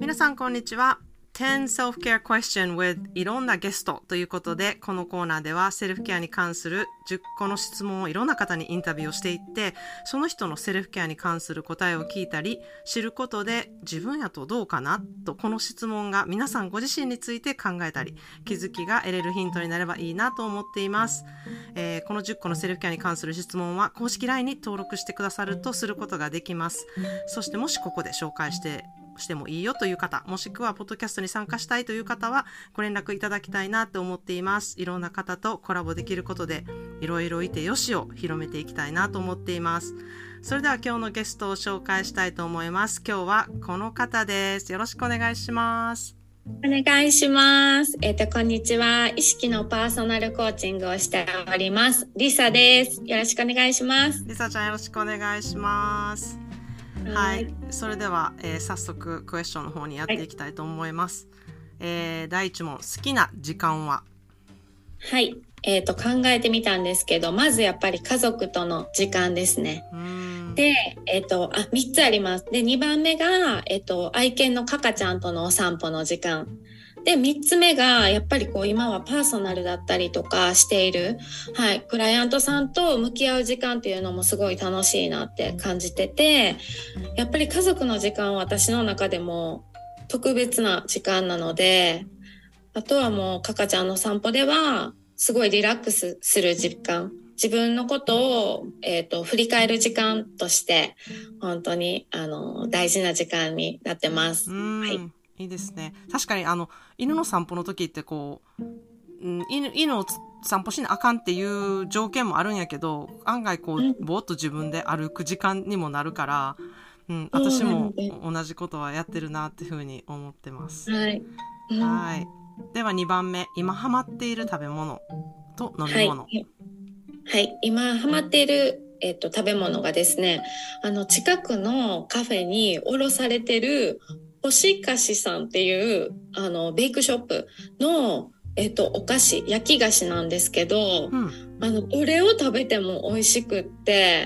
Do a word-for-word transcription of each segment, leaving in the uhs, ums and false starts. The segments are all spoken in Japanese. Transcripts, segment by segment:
皆さんこんにちは。じゅう Self-Care Question with いろんなゲストということで、このコーナーではセルフケアに関するじゅっこの質問をいろんな方にインタビューをしていって、その人のセルフケアに関する答えを聞いたり知ることで、自分やとどうかなとこの質問が皆さんご自身について考えたり気づきが得れるヒントになればいいなと思っています。えー、このじゅっこのセルフケアに関する質問は公式 ライン に登録してくださるとすることができます。そしてもしここで紹介してしてもいいよという方、もしくはポッドキャストに参加したいという方はご連絡いただきたいなと思っています。いろんな方とコラボできることで、いろいろいてよしを広めていきたいなと思っています。それでは今日のゲストを紹介したいと思います。今日はこの方です。よろしくお願いします。 お願いします。えっと、こんにちは。意識のパーソナルコーチングをしております。リサです。よろしくお願いします。 リサちゃんよろしくお願いします。はい、それでは、えー、早速クエスチョンの方にやっていきたいと思います。はい、えー、第一問、好きな時間は？ はい、えーと、考えてみたんですけど、まずやっぱり家族との時間ですね。うんで、えーと、あ、みっつあります。で、にばんめが、えーと、愛犬のカカちゃんとのお散歩の時間。で、みっつめが、やっぱりこう、今はパーソナルだったりとかしている、はい、クライアントさんと向き合う時間っていうのもすごい楽しいなって感じてて、やっぱり家族の時間は私の中でも特別な時間なので、あとはもう、カカちゃんの散歩では、すごいリラックスする時間、自分のことを、えーと、振り返る時間として、本当に、あの、大事な時間になってます。 はい。いいですね。確かにあの犬の散歩の時ってこう、うん、犬, 犬を散歩しなあかんっていう条件もあるんやけど、案外こう、うん、ぼーっと自分で歩く時間にもなるから、うん、私も同じことはやってるなっていうふうに思ってます。 はい、 うん、はい。ではにばんめ、今ハマっている食べ物と飲み物。 はい、はい、今ハマっているえっと食べ物がですね、あの近くのカフェに卸されてる星菓子さんっていうあのベイクショップの、えっと、お菓子、焼き菓子なんですけど、うん、あのどれを食べても美味しくって、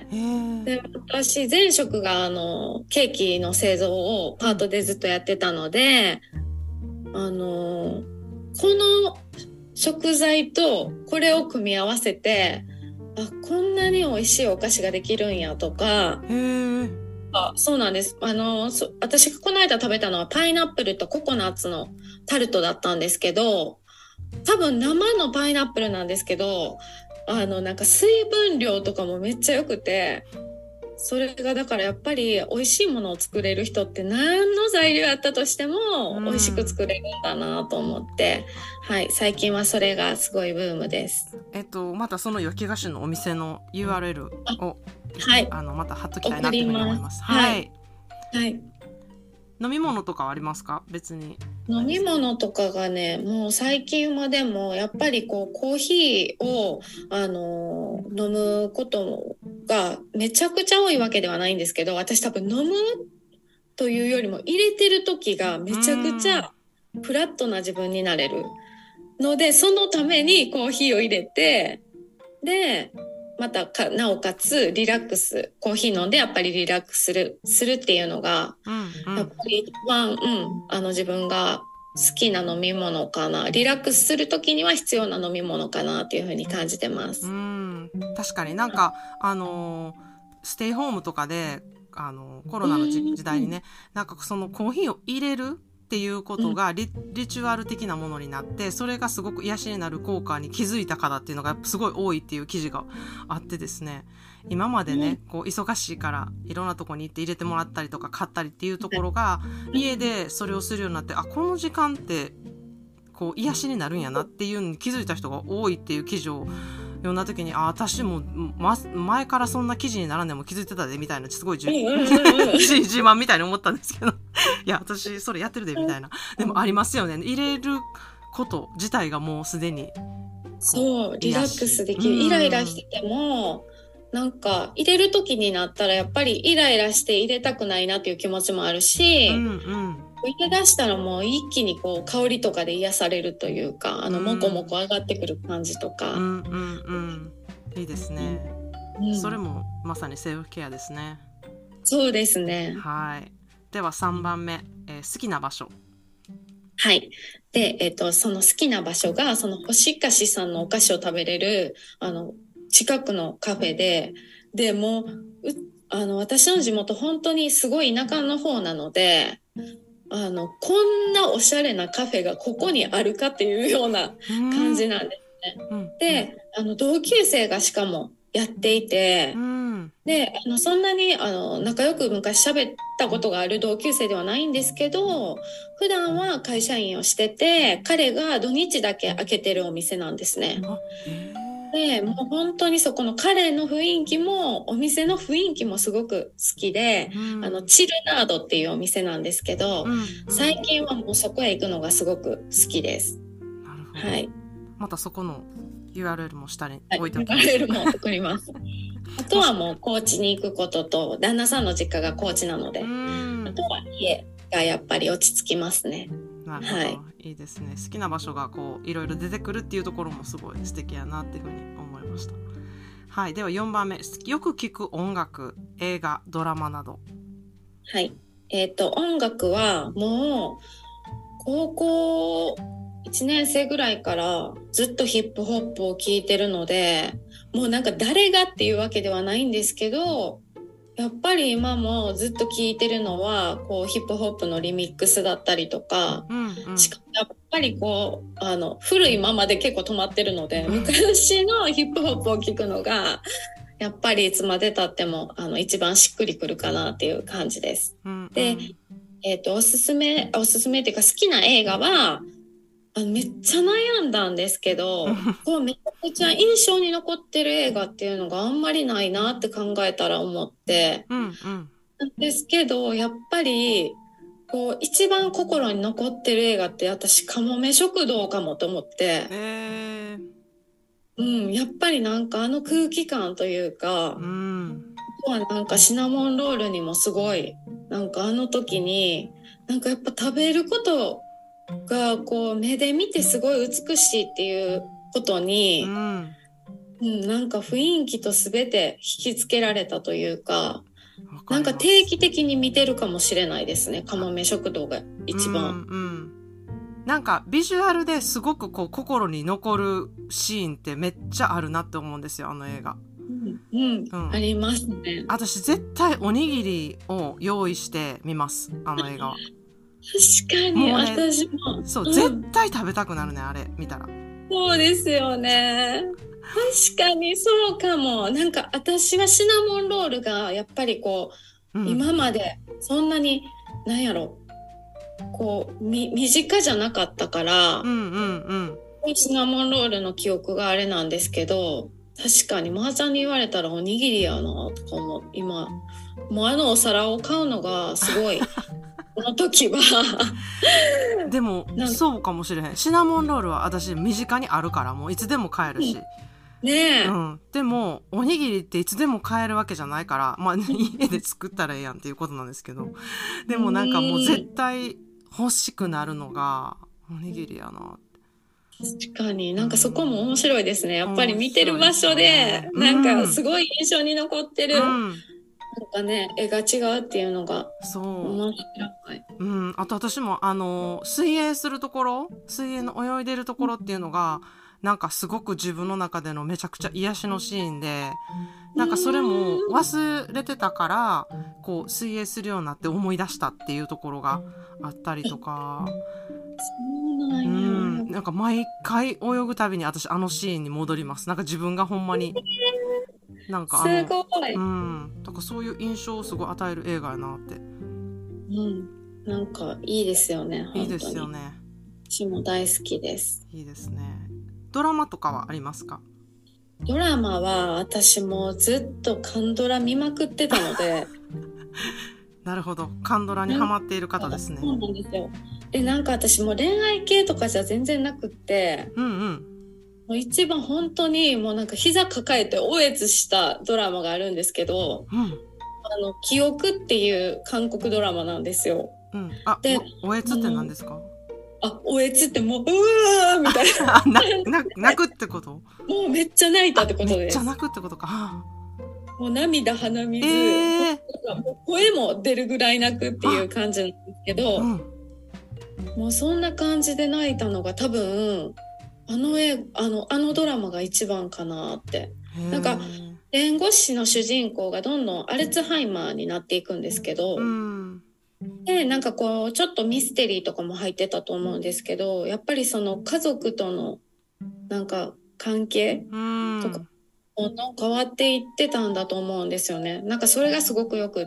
で私前職があのケーキの製造をパートでずっとやってたので、あのこの食材とこれを組み合わせて、あ、こんなに美味しいお菓子ができるんやとか、 へー、 あ、そうなんです。あの、私がこの間食べたのはパイナップルとココナッツのタルトだったんですけど、多分生のパイナップルなんですけど、あの、なんか水分量とかもめっちゃ良くて、それがだからやっぱり美味しいものを作れる人って何の材料やったとしても美味しく作れるんだなと思って、うん、はい、最近はそれがすごいブームです。 えっと、またその焼き菓子のお店の ユーアールエル を、 はい、 あのまた貼っときたいなというふうに思います。 はい、はい、 飲み物とかはありますか？別に飲み物とかがね、もう最近はでもやっぱりこうコーヒーをあの飲むことがめちゃくちゃ多いわけではないんですけど、私多分飲むというよりも入れてる時がめちゃくちゃフラットな自分になれるので、そのためにコーヒーを入れて、でまたかなおかつリラックス、コーヒー飲んでやっぱりリラックスするするっていうのが、うんうん、やっぱり一番、うん、あの自分が好きな飲み物かな、リラックスする時には必要な飲み物かなっていうふうに感じてます。 うん、確かになんかあのステイホームとかであのコロナの時代にね、なんかそのコーヒーを入れるっていうことが リ,、うん、リチュアル的なものになって、それがすごく癒しになる効果に気づいた方っていうのがすごい多いっていう記事があってですね、今までね、こう忙しいからいろんなとこに行って入れてもらったりとか買ったりっていうところが、家でそれをするようになって、あ、この時間ってこう癒しになるんやなっていうのに気づいた人が多いっていう記事を読んだ時に、あ、私も、ま、前からそんな記事にならんでも気づいてたでみたいな、すごい自慢みたいに思ったんですけどいや私それやってるでみたいな。でもありますよね、入れること自体がもうすでにそうリラックスできる。イライラしててもなんか入れる時になったらやっぱりイライラして入れたくないなっていう気持ちもあるし、うんうん、入れ出したらもう一気にこう香りとかで癒されるというか、あのもこもこ上がってくる感じとか、うんうんうん、いいですね、うん、それもまさにセルフケアですね。 そうですね。 はい。 ではさんばんめ、えー、好きな場所。 はい。で、えっと、その好きな場所が、その星菓子さんのお菓子を食べれる、あの、近くのカフェで、で、もう、うあの、私の地元、本当にすごい田舎の方なので、あの、こんなおしゃれなカフェがここにあるかっていうような感じなんですね。うん、で、あの、同級生がしかもやっていて、うん、で、あの、そんなに、あの、仲良く昔喋ったことがある同級生ではないんですけど、普段は会社員をしてて、彼が土日だけ開けてるお店なんですね。で、もう本当にそこの彼の雰囲気も、お店の雰囲気もすごく好きで、うん、あの、チルナードっていうお店なんですけど、うんうん、最近はもうそこへ行くのがすごく好きです。 なるほど。はい。またそこの ユーアールエル も下に置いておきます。 はい、ユーアールエル も送ります。あとはもう高知に行くことと、旦那さんの実家が高知なので、あとは家がやっぱり落ち着きますね。 なるほど、はい、いいですね。好きな場所がこういろいろ出てくるっていうところもすごい素敵やなっていうふうに思いました。はい、ではよんばんめ、よく聞く音楽、映画、ドラマなど。 はい、えっと音楽はもう高校いちねん生ぐらいからずっとヒップホップを聴いてるので、もうなんか誰がっていうわけではないんですけど、やっぱり今もずっと聴いてるのはこうヒップホップのリミックスだったりとか、うんうん、しかもやっぱりこうあの古いままで結構止まってるので、昔のヒップホップを聴くのがやっぱりいつまで経ってもあの一番しっくりくるかなっていう感じです。うんうん、で、えーと、おすすめおすすめっていうか好きな映画はあのめっちゃ悩んだんですけどこうめちゃくちゃ印象に残ってる映画っていうのがあんまりないなって考えたら思って、うんうん、なんですけどやっぱりこう一番心に残ってる映画って私カモメ食堂かもと思って、えーうん、やっぱりなんかあの空気感というか、うん、あとはなんかシナモンロールにもすごいなんかあの時になんかやっぱ食べることがこう目で見てすごい美しいっていうことに、うんうん、なんか雰囲気と全て引きつけられたというか、なんか定期的に見てるかもしれないですね。カモメ食堂が一番、うんうん、 なんかビジュアルですごくこう心に残るシーンってめっちゃあるなって思うんですよ、あの映画。 うんうんうん、ありますね。 私絶対おにぎりを用意して見ます、あの映画は。 確かに、ね、私もそう、うん、絶対食べたくなるね、あれ見たら。 そうですよね。確かにそうかも。なんか私はシナモンロールがやっぱりこう、うん、今までそんなになんやろこうみ身近じゃなかったから、うんうんうん、シナモンロールの記憶があれなんですけど、確かにまーちゃんに言われたらおにぎりやなとかも今もうあのお皿を買うのがすごいこの時はでもそうかもしれへん。シナモンロールは私身近にあるからもういつでも買えるし、 ねえ、 うん、でもおにぎりっていつでも買えるわけじゃないから、まあ、家で作ったらええやんっていうことなんですけど、でもなんかもう絶対欲しくなるのがおにぎりやな。 確かになんかそこも面白いですね。やっぱり見てる場所でなんかすごい印象に残ってる、うん、なんかね絵が違うっていうのがそう面白い、うん、あと私もあの水泳するところ水泳の泳いでるところっていうのがなんかすごく自分の中でのめちゃくちゃ癒しのシーンで、なんかそれも忘れてたからこう水泳するようになって思い出したっていうところがあったりとか、 そうなんや、うん、 なんか毎回泳ぐたびに私あのシーンに戻ります。なんか自分がほんまになんかあのすごい、 うん、だからそういう印象をすごい与える映画やなって、うん、なんかいいですよね。 いいですよね。 私も大好きです。 いいですね。ドラマとかはありますか？ ドラマは私もずっとカンドラ見まくってたのでなるほど、カンドラにハマっている方ですね。 そうなんですよ。でなんか私も恋愛系とかじゃ全然なくって、うんうん、もう一番本当にもうなんか膝抱えておえつしたドラマがあるんですけど、うん、あの記憶っていう韓国ドラマなんですよ、 うん、あで お, おえつって何ですか？ あ、おえつってもううわーみたいななな泣くってこと？ もうめっちゃ泣いたってことです。 めっちゃ泣くってことか。 もう涙鼻水、 えー、 もう声も出るぐらい泣くっていう感じなんですけど、 うん、 もうそんな感じで泣いたのが多分あの絵あのあのドラマが一番かなって。なんか弁護士の主人公がどんどんアルツハイマーになっていくんですけど、 うん、 でなんかこうちょっとミステリーとかも入ってたと思うんですけど、やっぱりその家族とのなんか関係とかどんどん変わっていってたんだと思うんですよね。なんかそれがすごくよくって、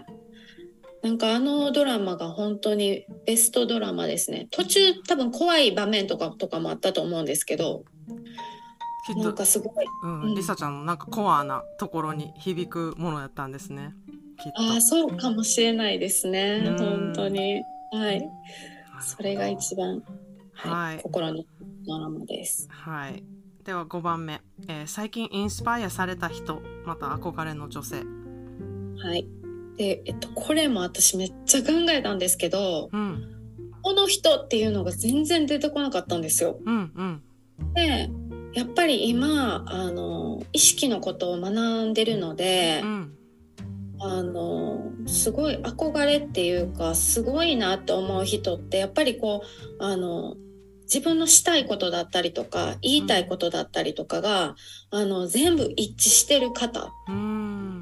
なんかあのドラマが本当にベストドラマですね。途中多分怖い場面とかとかもあったと思うんですけど、 きっとなんかすごい、 うん、リサちゃんのなんかコアなところに響くものやったんですね、きっと。 ああ、そうかもしれないですね、本当に。はい。それが一番、はいはい、心のドラマです。 はい。ではごばんめ、えー、最近インスパイアされた人、また憧れの女性。 はい。で、えっと、これも私めっちゃ考えたんですけど、うん、この人っていうのが全然出てこなかったんですよ。 うんうん、 でやっぱり今あの意識のことを学んでるので、うん、あのすごい憧れっていうかすごいなって思う人ってやっぱりこうあの自分のしたいことだったりとか言いたいことだったりとかが、うん、あの全部一致してる方、うん、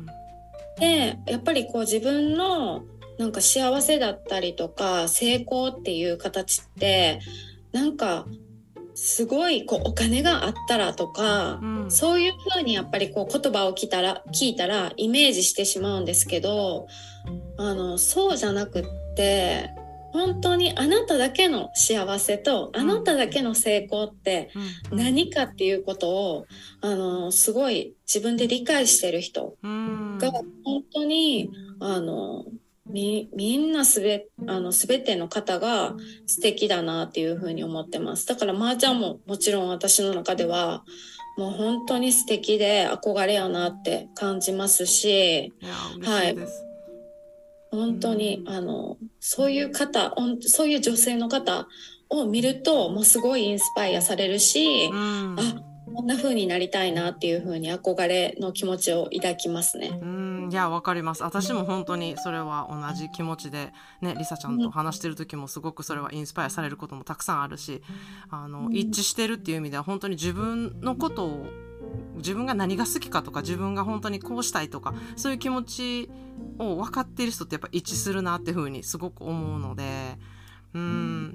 でやっぱりこう自分のなんか幸せだったりとか成功っていう形ってなんかすごいこうお金があったらとか、うん、そういう風にやっぱりこう言葉を聞いたら、聞いたらイメージしてしまうんですけど、あのそうじゃなくって本当にあなただけの幸せとあなただけの成功って何かっていうことをあのすごい自分で理解してる人が本当にあのみ, みんなすべあの全ての方が素敵だなっていうふうに思ってます。だからまーちゃんももちろん私の中ではもう本当に素敵で憧れやなって感じますし、 いや嬉しいです、 はい、本当にあのそういう方そういう女性の方を見るともうすごいインスパイアされるし、うん、あこんな風になりたいなっていう風に憧れの気持ちを抱きますね。 うん、いやわかります。私も本当にそれは同じ気持ちでね、リサちゃんと話してる時もすごくそれはインスパイアされることもたくさんあるし、あの、うん、一致してるっていう意味では本当に自分のことを自分が何が好きかとか自分が本当にこうしたいとかそういう気持ちを分かっている人ってやっぱ一致するなっていう風にすごく思うので、うん、うん、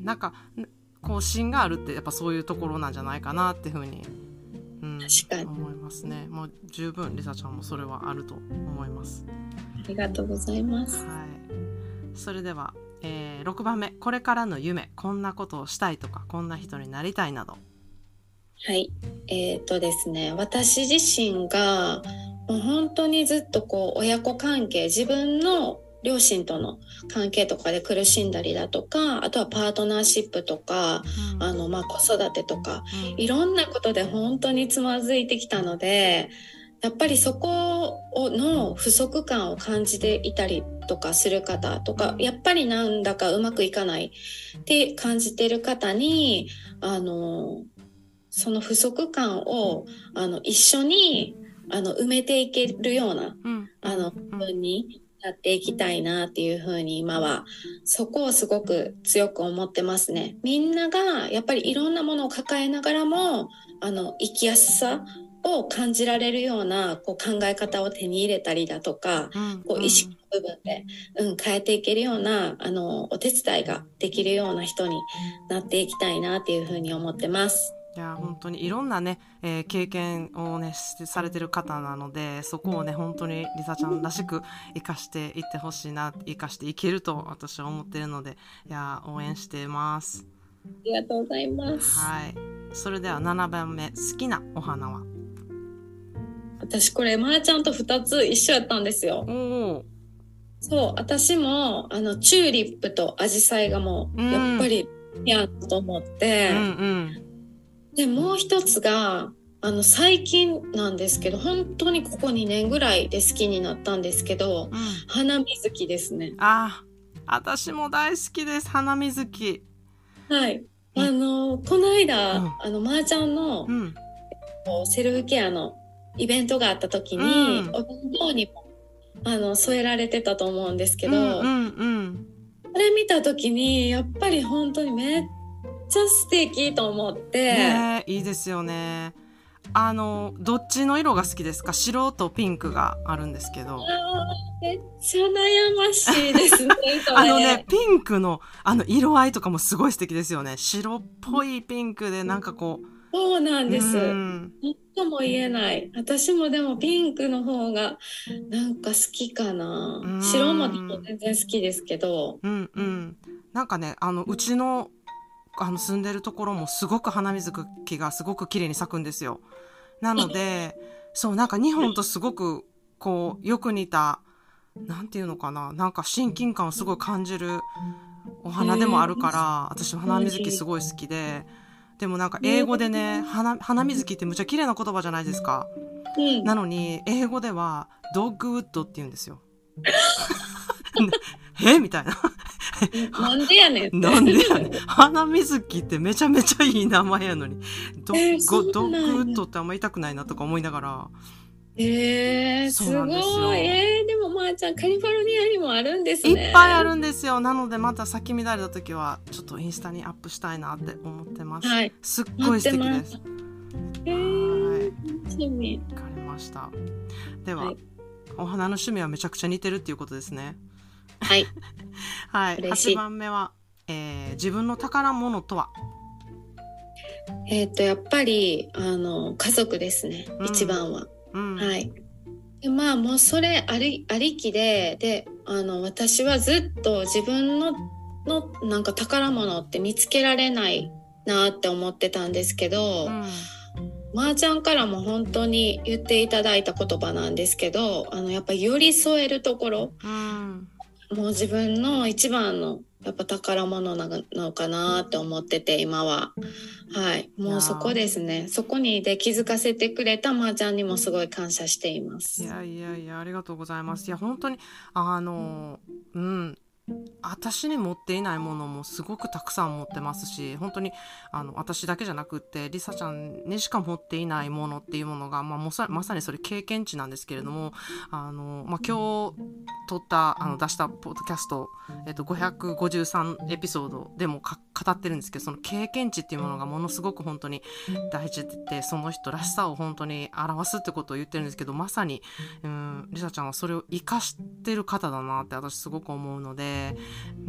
なんかこう芯があるってやっぱそういうところなんじゃないかなっていう風にうん、 確かに思いますね。もう十分リサちゃんもそれはあると思います。 ありがとうございます。 はい。それでは、えー、ろくばんめ、これからの夢、こんなことをしたいとかこんな人になりたいなど。 はい。えー、っとですね、私自身がもう本当にずっとこう親子関係自分の両親との関係とかで苦しんだりだとかあとはパートナーシップとか、うん、あのまあ子育てとか、うん、いろんなことで本当につまずいてきたのでやっぱりそこの不足感を感じていたりとかする方とかやっぱりなんだかうまくいかないって感じている方にあのその不足感をあの一緒にあの埋めていけるような、うん、あの風にやっていきたいなっていう風に今はそこをすごく強く思ってますね。みんながやっぱりいろんなものを抱えながらもあの生きやすさを感じられるようなこう考え方を手に入れたりだとか、うん、こう意識の部分で、うん、変えていけるようなあのお手伝いができるような人になっていきたいなっていう風に思ってます。 いや本当にいろんなね、えー、経験をねされてる方なのでそこをね本当にリサちゃんらしく生かしていってほしいな生かしていけると私は思っているのでいや応援しています。 ありがとうございます。 はい。それではななばんめ好きなお花は。 私これまーちゃんとふたつ一緒やったんですよ。おそう私もあのチューリップとアジサイがもうやっぱりやと思って、うんうんでもう一つがあの最近なんですけど本当にここにねんぐらいで好きになったんですけど、うん、花水木ですね。 ああ私も大好きです花水木。 はいあのこの間、うん、あのまーちゃんの、うん、セルフケアのイベントがあった時に、 うん、 お弁当にもあの添えられてたと思うんですけど、 うんうんうん、 それ見た時にやっぱり本当にめっちゃ素敵と思って、 ねえ、いいですよね。あのどっちの色が好きですか？白とピンクがあるんですけど、 あめっちゃ悩ましいですねあのね、ピンクのあの色合いとかもすごい素敵ですよね。白っぽいピンクでなんかこう、 そうなんです。 うん何とも言えない。私もでもピンクの方がなんか好きかな。 うん白も全然好きですけど。 うんうん、なんかね、あのうちのあの住んでるところもすごく花水木がすごく綺麗に咲くんですよ。なので、そうなんか日本とすごくこうよく似た、なんていうのかな、なんか親近感をすごい感じるお花でもあるから、私花水木すごい好きで、でもなんか英語でね、花花水木ってむっちゃ綺麗な言葉じゃないですか。 うん、 なのに英語ではドッグウッドって言うんですよ。えみたいな。 なんでやねんって。 なんでやねん。花水木ってめちゃめちゃいい名前やのに、ドッえー、そうドッなんやグウッドってあんま言いたくないなとか思いながら。 えー、 そうすなんですよ。 ごい。えー、でもまーちゃんカリフォルニアにもあるんですね。 いっぱいあるんですよ。なのでまた咲き乱れた時はちょっとインスタにアップしたいなって思ってます。 はい、 すっごい素敵です。 えー、楽しみ。 わかりました。では、 はい、 お花の趣味はめちゃくちゃ似てるっていうことですね。 はい。 はい。 嬉しい。 はちばんめは、えー、自分の宝物とは？ えっと、やっぱり、あの、家族ですね。 うん、 一番は。 うん、 はい。でまあ、もうそれあり、ありきで、で、あの、私はずっと自分の、の、なんか宝物って見つけられないなって思ってたんですけど、 うん、 まーちゃんからも本当に言っていただいた言葉なんですけど、あの、やっぱり寄り添えるところ、 うん、 もう自分の一番のやっぱ宝物なのかなって思ってて、今は。はい。もうそこですね。そこにで気づかせてくれたまーちゃんにもすごい感謝しています。 いやいやいや、ありがとうございます。いや、本当に、あの、うん。私に持っていないものもすごくたくさん持ってますし、本当にあの私だけじゃなくってリサちゃんにしか持っていないものっていうものが、まあ、もさまさにそれ経験値なんですけれども、あの、まあ、今日撮ったあの出したポッドキャスト、えっと、ごひゃくごじゅうさんエピソードでもか語ってるんですけど、その経験値っていうものがものすごく本当に大事で、その人らしさを本当に表すってことを言ってるんですけど、まさに、うん、リサちゃんはそれを生かしてる方だなって私すごく思うので、うん、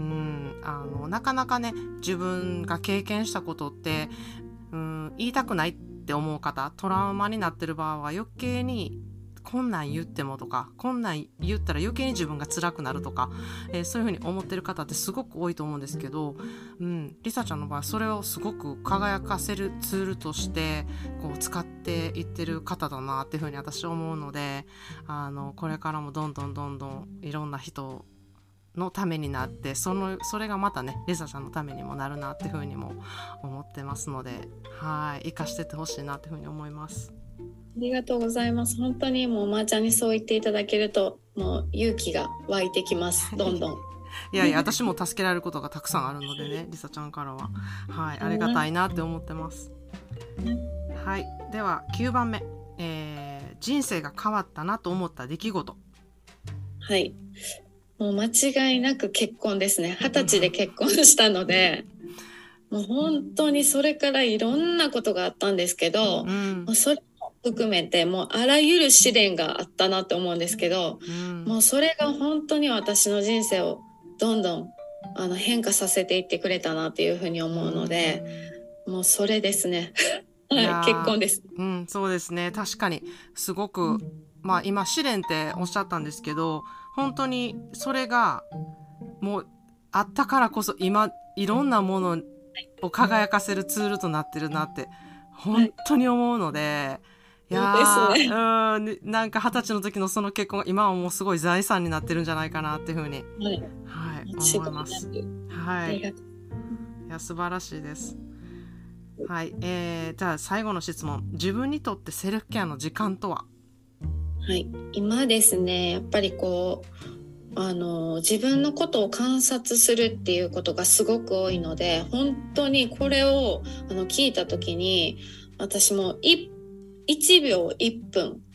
あのなかなかね、自分が経験したことって、うん、言いたくないって思う方、トラウマになってる場合は余計にこんなん言ってもとか、こんなん言ったら余計に自分が辛くなるとか、えー、そういう風に思ってる方ってすごく多いと思うんですけど、うん、リサちゃんの場合それをすごく輝かせるツールとしてこう使っていってる方だなっていう風に私は思うので、あのこれからもどんどんどんどんいろんな人のためになって、そのそれがまたねリサちゃんのためにもなるなっていうふうにも思ってますので、はい、生かしてってほしいなっていうふうに思います。 ありがとうございます。本当にもうまーちゃんにそう言っていただけるともう勇気が湧いてきます。どんどんいやいや、私も助けられることがたくさんあるのでね、リサちゃんからは、はい、ありがたいなって思ってます。はい、ではきゅうばんめ、えー、人生が変わったなと思った出来事。 はい、もう間違いなく結婚ですね。二十歳で結婚したので、もう本当にそれからいろんなことがあったんですけど、うん、もうそれも含めてもうあらゆる試練があったなと思うんですけど、うん、もうそれが本当に私の人生をどんどんあの変化させていってくれたなっていうふうに思うので、うん、もうそれですね。はい、結婚です。 うん、そうですね。確かにすごく、うん、まあ今試練っておっしゃったんですけど、本当にそれがもうあったからこそ今いろんなものを輝かせるツールとなってるなって本当に思うので、いやー、ですね、うん、なんか二十歳の時のその結婚が今はもうすごい財産になってるんじゃないかなっていうふうに、はい、はい、思います。はい、いや素晴らしいです。はい、えー、じゃあ最後の質問。自分にとってセルフケアの時間とは？ はい、今ですね、やっぱりこうあの自分のことを観察するっていうことがすごく多いので、本当にこれをあの聞いた時に私もいちびょういっぷん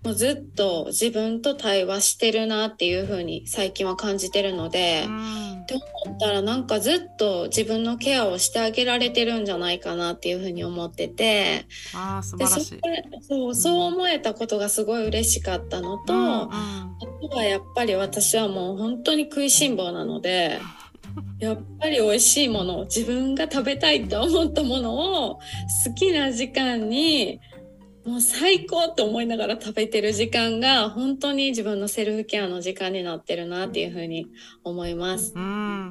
もうずっと自分と対話してるなっていう風に最近は感じてるので、うん、って思ったらなんかずっと自分のケアをしてあげられてるんじゃないかなっていう風に思ってて、 あー素晴らしい。 でそそう、そう思えたことがすごい嬉しかったのと、うんうん、あとはやっぱり私はもう本当に食いしん坊なのでやっぱり美味しいものを自分が食べたいと思ったものを好きな時間にもう最高と思いながら食べてる時間が本当に自分のセルフケアの時間になってるなっていうふうに思います。 うん、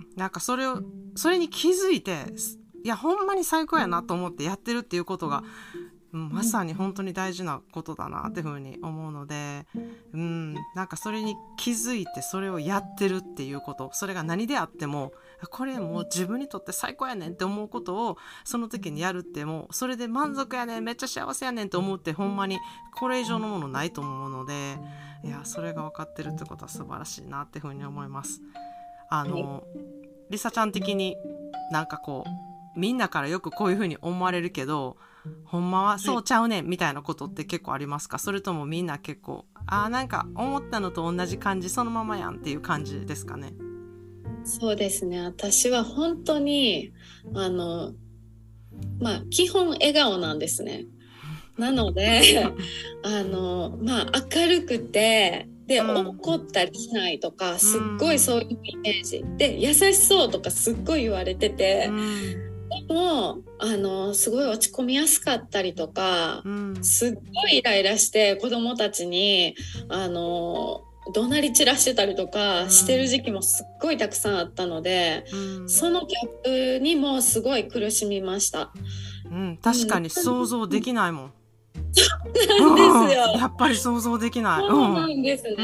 なんかそれをそれに気づいて、いやほんまに最高やなと思ってやってるっていうことが、うん、まさに本当に大事なことだなっていうふうに思うので、うん、なんかそれに気づいてそれをやってるっていうこと、それが何であってもこれもう自分にとって最高やねんって思うことをその時にやるって、もうそれで満足やねんめっちゃ幸せやねんって思うって、ほんまにこれ以上のものないと思うので、いやそれが分かってるってことは素晴らしいなっていうふうに思います。あのりさちゃん的になんかこうみんなからよくこういうふうに思われるけどほんまはそうちゃうねんみたいなことって結構ありますか？それともみんな結構あーなんか思ったのと同じ感じそのままやんっていう感じですかね？ そうですね、私は本当にあのまあ基本笑顔なんですね。なのであのまあ明るくてで、うん、怒ったりしないとかすっごいそういうイメージ、うん、で優しそうとかすっごい言われてて、うん、でもあのすごい落ち込みやすかったりとか、うん、すっごいイライラして子供たちにあの怒鳴り散らしてたりとかしてる時期もすっごいたくさんあったので、うん、そのギャップにもすごい苦しみました。 うん、確かに想像できないもん。 そうなんですよ。 やっぱり想像できない。 そうなんですね。うん、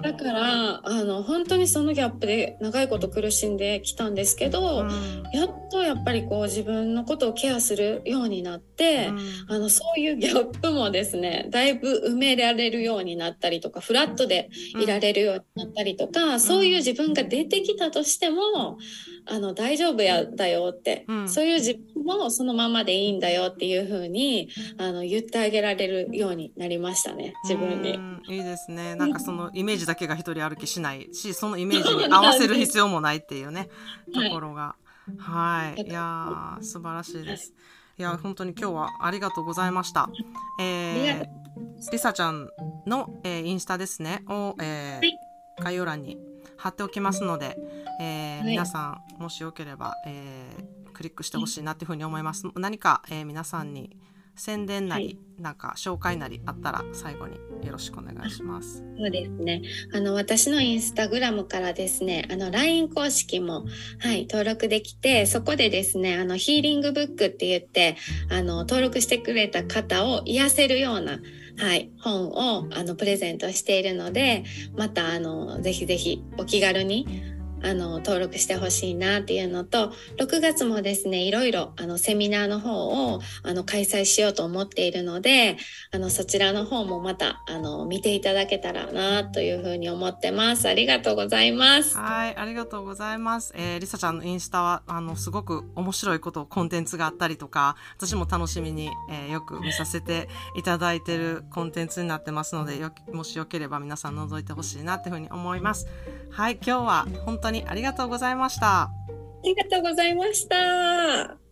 だからあの本当にそのギャップで長いこと苦しんできたんですけど、うん、やっとやっぱりこう自分のことをケアするようになって、うん、あのそういうギャップもですねだいぶ埋められるようになったりとかフラットでいられるようになったりとか、うん、そういう自分が出てきたとしてもあの大丈夫やだよって、うん、そういう自分もそのままでいいんだよっていう風にあの言ってあげられるようになりましたね、自分に。 いいですね。なんかそのイメージだけが一人歩きしないし、そのイメージに合わせる必要もないっていうねところが、はい、はい、いや素晴らしいです。いや本当に今日はありがとうございました。えー、りさちゃんの、えー、インスタですねを、えーはい、概要欄に貼っておきますので、えーはい、皆さんもしよければ、えー、クリックしてほしいなというふうに思います。何か、えー、皆さんに宣伝なり、はい、なんか紹介なりあったら最後によろしくお願いします。 そうですね、あの私のインスタグラムからですねあの ライン 公式も、はい、登録できて、そこでですねあのヒーリングブックって言ってあの登録してくれた方を癒せるような、はい、本をあのプレゼントしているので、またあのぜひぜひお気軽にあの登録してほしいなっていうのと、ろくがつもですねいろいろあのセミナーの方をあの開催しようと思っているので、あのそちらの方もまたあの見ていただけたらなというふうに思ってます。ありがとうございます。 はい、ありがとうございます。えー、りさちゃんのインスタはあのすごく面白いことコンテンツがあったりとか、私も楽しみに、えー、よく見させていただいているコンテンツになってますので、よもしよければ皆さん覗いてほしいなというふうに思います。はい、今日は本当にありがとうございました。 ありがとうございました。